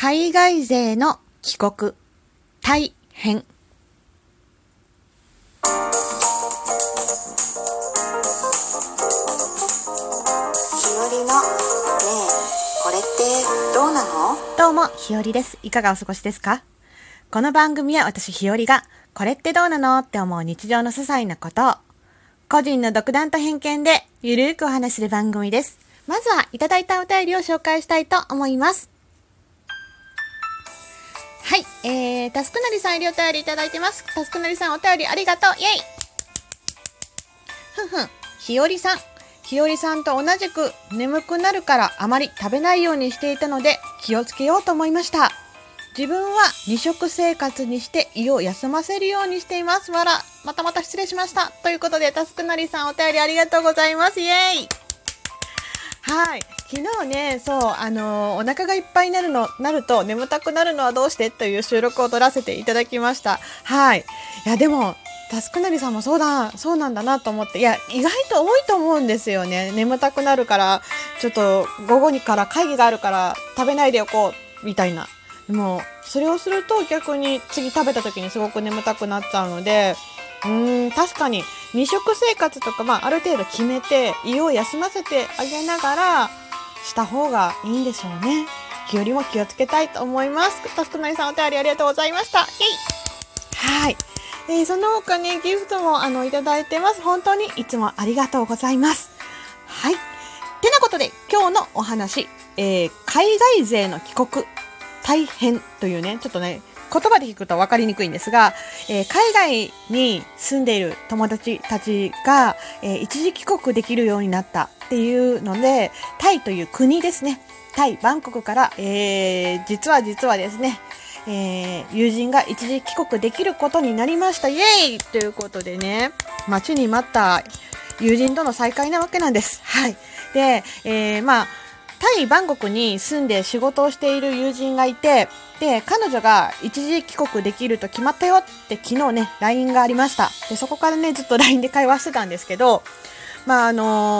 海外勢の帰国大変。 しおりのねえこれってどうなの？ どうも、ひよりです。いかがお過ごしですか？この番組は私ひよりがこれってどうなのって思う日常の些細なことを個人の独断と偏見でゆるーくお話しする番組です。まずはいただいたお便りを紹介したいと思います。はい、タスクなりさんよりお便りいただいてます。タスクなりさんお便りありがとう。イエイ。ひよりさんと同じく眠くなるからあまり食べないようにしていたので気をつけようと思いました。自分は2食生活にして胃を休ませるようにしています。わら、また失礼しました。ということでタスクなりさんお便りありがとうございます。イエイ。はい、昨日ね、お腹がいっぱいになると眠たくなるのはどうしてという収録を撮らせていただきました。はい、いやでもタスクなりさんもそうなんだなと思って、いや意外と多いと思うんですよね。眠たくなるからちょっと午後にから会議があるから食べないでおこうみたいな。でもそれをすると逆に次食べた時にすごく眠たくなっちゃうので、確かに2食生活とか、ある程度決めて胃を休ませてあげながらした方がいいんでしょうね。日よりも気をつけたいと思います。タスクなりさんお便りありがとうございました。イエイ。はい、その他ねギフトもいただいてます。本当にいつもありがとうございます。はい、てなことで今日のお話、海外勢の帰国大変というね、ちょっとね言葉で聞くと分かりにくいんですが、海外に住んでいる友達たちが、一時帰国できるようになったっていうので、タイという国ですね、タイバンコクから、実はですね、友人が一時帰国できることになりました。イエーイということでね、待ちに待った友人との再会なわけなんです。はい。で、タイバンコクに住んで仕事をしている友人がいて、で彼女が一時帰国できると決まったよって昨日ね LINE がありました。でそこからねずっと LINE で会話してたんですけど、海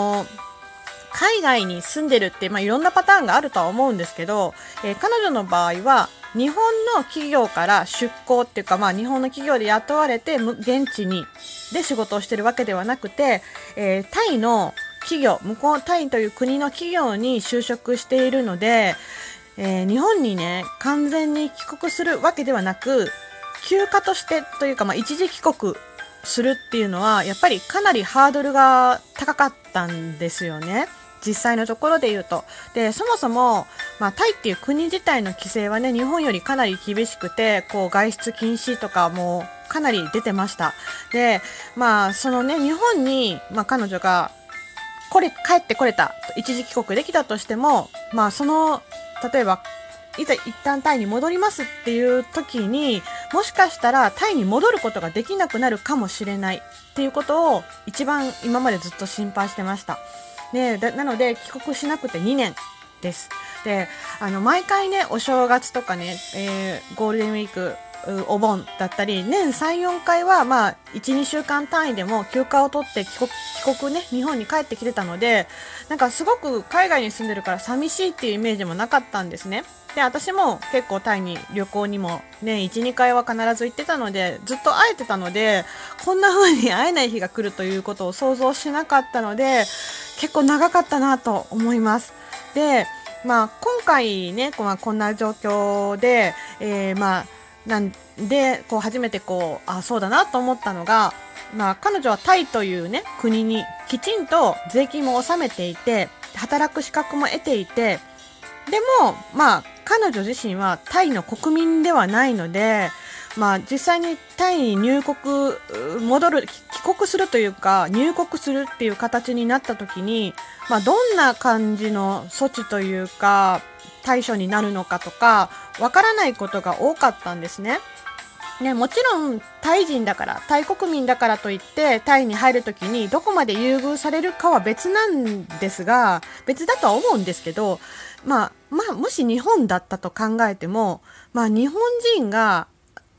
外に住んでるって、いろんなパターンがあるとは思うんですけど、彼女の場合は日本の企業から出向っていうか、日本の企業で雇われて現地にで仕事をしてるわけではなくて、タイの企業、向こうタイという国の企業に就職しているので、日本にね完全に帰国するわけではなく、休暇としてというか、一時帰国するっていうのはやっぱりかなりハードルが高かったんですよね、実際のところで言うと。でそもそも、タイっていう国自体の規制はね日本よりかなり厳しくて、こう外出禁止とかもかなり出てました。でそのね日本に、彼女が帰ってこれた、一時帰国できたとしても、その例えばいざ一旦タイに戻りますっていう時に、もしかしたらタイに戻ることができなくなるかもしれないっていうことを一番今までずっと心配してました。なので帰国しなくて2年です。で毎回ねお正月とかね、ゴールデンウィークお盆だったり年 3,4 回は1、2週間単位でも休暇を取って帰国ね日本に帰ってきてたので、なんかすごく海外に住んでるから寂しいっていうイメージもなかったんですね。で私も結構タイに旅行にも年 1,2 回は必ず行ってたので、ずっと会えてたので、こんな風に会えない日が来るということを想像しなかったので、結構長かったなと思います。で今回ねこんな状況で、なんで初めてそうだなと思ったのが、彼女はタイというね国にきちんと税金も納めていて、働く資格も得ていて、でも彼女自身はタイの国民ではないので、実際にタイに帰国するというか入国するっていう形になった時に、どんな感じの措置というか対処になるのかとかわからないことが多かったんですね。もちろんタイ人だから、タイ国民だからといってタイに入るときにどこまで優遇されるかは別なんですが、別だとは思うんですけど、もし日本だったと考えても、日本人が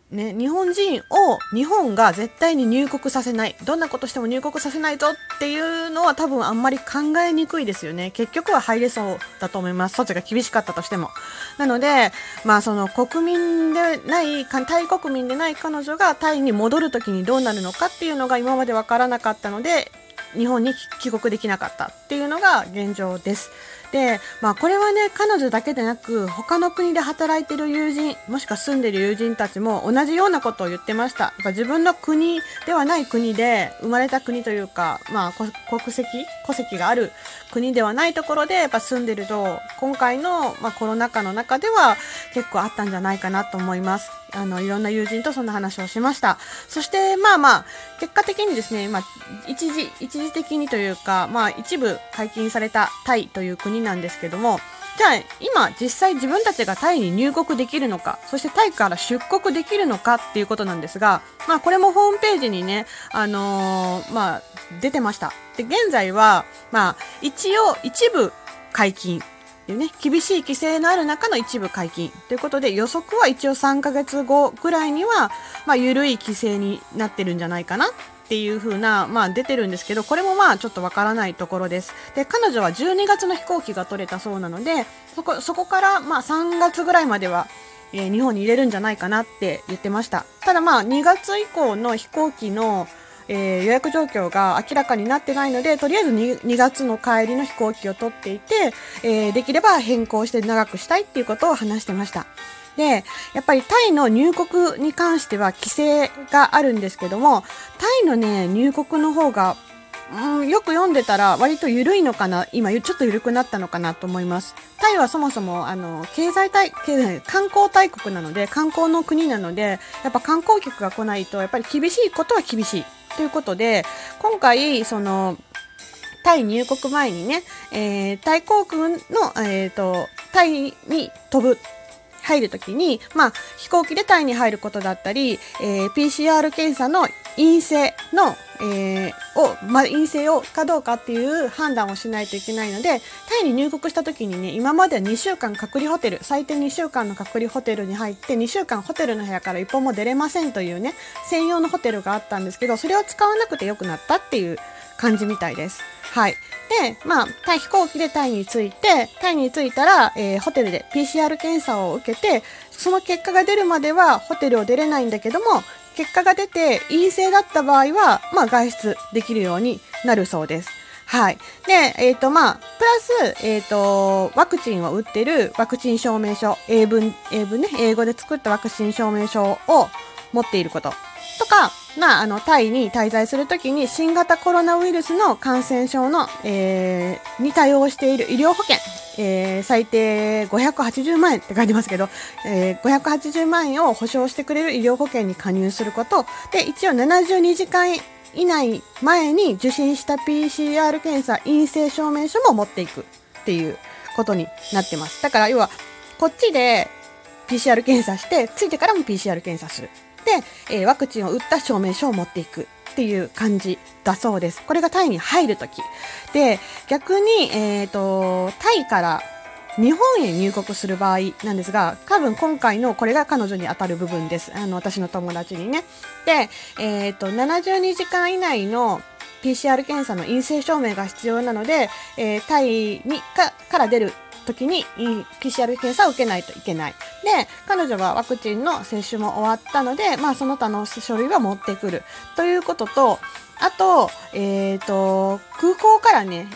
ね、日本人を日本が絶対に入国させない、どんなことしても入国させないぞっていうのは多分あんまり考えにくいですよね。結局は入れそうだと思います。措置が厳しかったとしても。なので、その国民でない、タイ国民でない彼女がタイに戻るときにどうなるのかっていうのが今までわからなかったので、日本に帰国できなかったっていうのが現状です。で、これはね、彼女だけでなく他の国で働いている友人、もしくは住んでいる友人たちも同じようなことを言ってました。自分の国ではない国で生まれた国というか、戸籍がある国ではないところでやっぱ住んでると、今回の、コロナ禍の中では結構あったんじゃないかなと思います。いろんな友人とそんな話をしました。そして結果的にですね、一時的にというか、一部解禁されたタイという国なんですけども、じゃあ今実際自分たちがタイに入国できるのか、そしてタイから出国できるのかっていうことなんですが、これもホームページにね、出てました。で、現在は一応一部解禁でね、厳しい規制のある中の一部解禁ということで、予測は一応3ヶ月後ぐらいには、緩い規制になってるんじゃないかなっていう風な、出てるんですけど、これもちょっとわからないところです。で、彼女は12月の飛行機が取れたそうなので、そこから3月ぐらいまでは、日本に入れるんじゃないかなって言ってました。ただ2月以降の飛行機の予約状況が明らかになってないので、とりあえず 2月の帰りの飛行機を取っていて、できれば変更して長くしたいっていうことを話してました。で、やっぱりタイの入国に関しては規制があるんですけども、タイのね、入国の方がよく読んでたら割と緩いのかな、今ちょっと緩くなったのかなと思います。タイはそもそも観光大国なので、観光の国なので、やっぱ観光客が来ないとやっぱり厳しいことは厳しいということで、今回そのタイ入国前にね、タイ航空の、タイに入るときに、飛行機でタイに入ることだったり、PCR 検査の陰性の、陰性をかどうかっていう判断をしないといけないので、タイに入国したときにね、今までは2週間隔離ホテル、最低2週間の隔離ホテルに入って、2週間ホテルの部屋から一歩も出れませんというね、専用のホテルがあったんですけど、それを使わなくてよくなったっていう感じみたいです。はい。で、飛行機でタイに着いたら、ホテルで PCR 検査を受けて、その結果が出るまではホテルを出れないんだけども、結果が出て陰性だった場合は、外出できるようになるそうです。はい。で、プラス、ワクチンを打ってるワクチン証明書、英語で作ったワクチン証明書を持っていることとか、タイに滞在するときに新型コロナウイルスの感染症の、に対応している医療保険、最低580万円って書いてますけど、580万円を保証してくれる医療保険に加入することで、一応72時間以内前に受診した PCR 検査陰性証明書も持っていくっていうことになってます。だから要はこっちで PCR 検査して、ついてからも PCR 検査する。で、ワクチンを打った証明書を持っていくっていう感じだそうです。これがタイに入るとき。で、逆に、タイから日本へ入国する場合なんですが、多分今回のこれが彼女に当たる部分です。私の友達にね。で、72時間以内のPCR 検査の陰性証明が必要なので、タイから出る時に PCR 検査を受けないといけない。で、彼女はワクチンの接種も終わったので、その他の書類は持ってくるということと、あと、空港からね、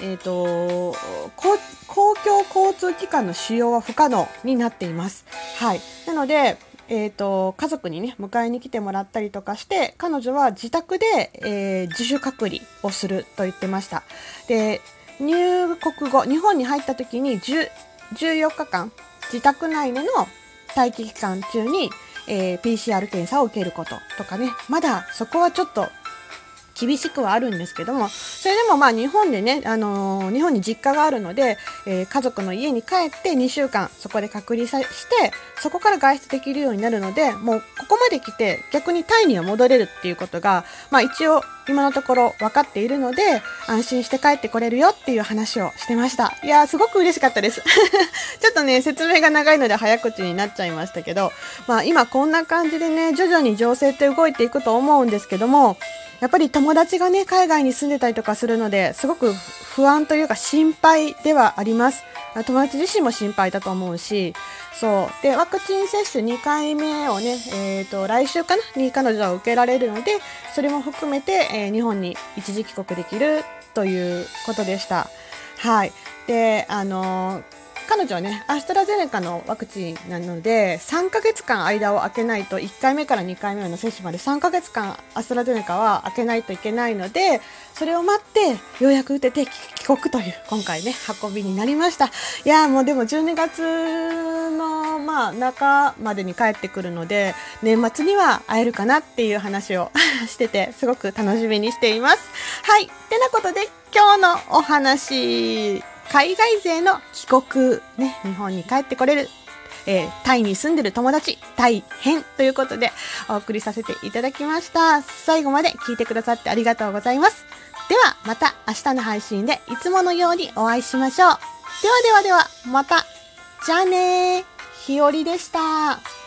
公共交通機関の使用は不可能になっています。はい。なので、家族にね、迎えに来てもらったりとかして、彼女は自宅で、自主隔離をすると言ってました。で、入国後、日本に入った時に14日間、自宅内での待機期間中に、PCR 検査を受けることとかね、まだそこはちょっと厳しくはあるんですけども、それでも日本でね、日本に実家があるので、家族の家に帰って2週間そこで隔離して、そこから外出できるようになるので、もうここまで来て逆にタイには戻れるっていうことが、一応今のところ分かっているので、安心して帰ってこれるよっていう話をしてました。いやー、すごく嬉しかったですちょっとね、説明が長いので早口になっちゃいましたけど、今こんな感じでね、徐々に情勢って動いていくと思うんですけども、やっぱり友達がね、海外に住んでたりとかするので、すごく不安というか心配ではあります。友達自身も心配だと思うし、そうで、ワクチン接種2回目をね、来週かなに彼女は受けられるので、それも含めて、日本に一時帰国できるということでした。はい。で、彼女はね、アストラゼネカのワクチンなので、3ヶ月間間を空けないと、1回目から2回目の接種まで3ヶ月間アストラゼネカは空けないといけないので、それを待ってようやく打てて帰国という今回ね、運びになりました。いやもうでも12月の中までに帰ってくるので、年末には会えるかなっていう話をしてて、すごく楽しみにしています。はい。ってなことで今日のお話、海外勢の帰国、ね、日本に帰ってこれる、タイに住んでる友達大変ということでお送りさせていただきました。最後まで聞いてくださってありがとうございます。ではまた明日の配信でいつものようにお会いしましょう。ではまた。じゃあねー。ひよりでした。